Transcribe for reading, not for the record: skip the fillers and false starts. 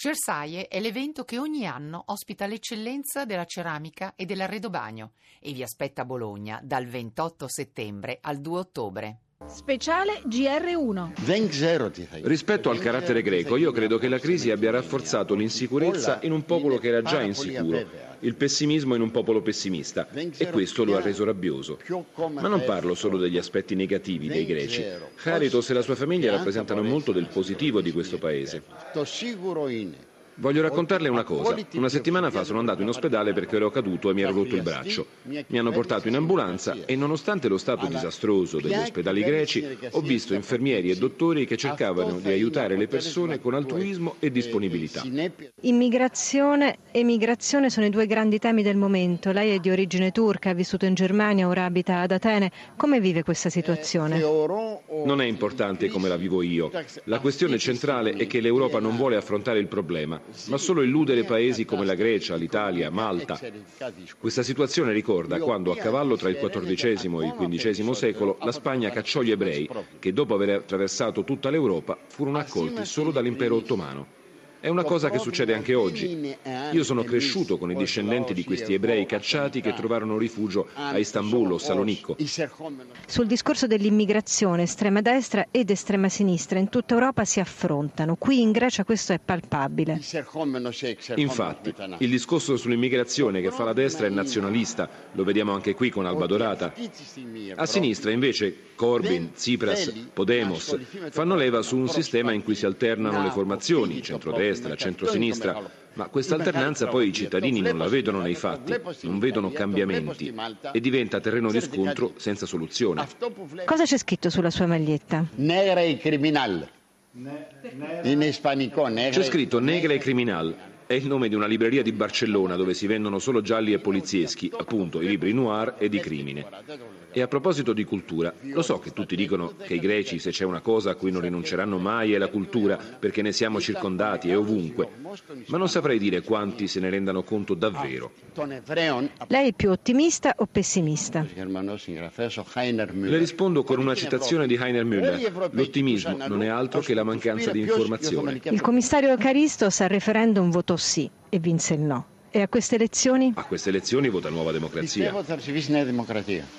Cersaie è l'evento che ogni anno ospita l'eccellenza della ceramica e dell'arredobagno e vi aspetta a Bologna dal 28 settembre al 2 ottobre. Speciale GR1. Rispetto al carattere greco, io credo che la crisi abbia rafforzato l'insicurezza in un popolo che era già insicuro, il pessimismo in un popolo pessimista, e questo lo ha reso rabbioso. Ma non parlo solo degli aspetti negativi dei greci. Charitos e la sua famiglia rappresentano molto del positivo di questo paese. Voglio raccontarle una cosa. Una settimana fa sono andato in ospedale perché ero caduto e mi ero rotto il braccio. Mi hanno portato in ambulanza e nonostante lo stato disastroso degli ospedali greci, ho visto infermieri e dottori che cercavano di aiutare le persone con altruismo e disponibilità. Immigrazione e emigrazione sono i due grandi temi del momento. Lei è di origine turca, ha vissuto in Germania, ora abita ad Atene. Come vive questa situazione? Non è importante come la vivo io. La questione centrale è che l'Europa non vuole affrontare il problema, ma solo illudere paesi come la Grecia, l'Italia, Malta. Questa situazione ricorda quando, a cavallo tra il XIV e il XV secolo, la Spagna cacciò gli ebrei, che dopo aver attraversato tutta l'Europa furono accolti solo dall'impero ottomano. È una cosa che succede anche oggi. Io sono cresciuto con i discendenti di questi ebrei cacciati che trovarono rifugio a Istanbul o Salonicco. Sul discorso dell'immigrazione, estrema destra ed estrema sinistra in tutta Europa si affrontano. Qui in Grecia questo è palpabile. Infatti, il discorso sull'immigrazione che fa la destra è nazionalista, lo vediamo anche qui con Alba Dorata. A sinistra invece Corbyn, Tsipras, Podemos fanno leva su un sistema in cui si alternano le formazioni, centrodestra, centrosinistra, ma questa alternanza poi i cittadini non la vedono nei fatti, non vedono cambiamenti e diventa terreno di scontro senza soluzione. Cosa c'è scritto sulla sua maglietta? Negra e criminal. In ispanico, C'è scritto Negra e criminal. È il nome di una libreria di Barcellona dove si vendono solo gialli e polizieschi, appunto i libri noir e di crimine. E a proposito di cultura, lo so che tutti dicono che i greci, se c'è una cosa a cui non rinunceranno mai, è la cultura, perché ne siamo circondati, è ovunque. Ma non saprei dire quanti se ne rendano conto davvero. Lei è più ottimista o pessimista? Le rispondo con una citazione di Heiner Müller. L'ottimismo non è altro che la mancanza di informazione. Il commissario Karistos al referendum votò sì e vinse il no. E a queste elezioni? A queste elezioni vota Nuova Democrazia.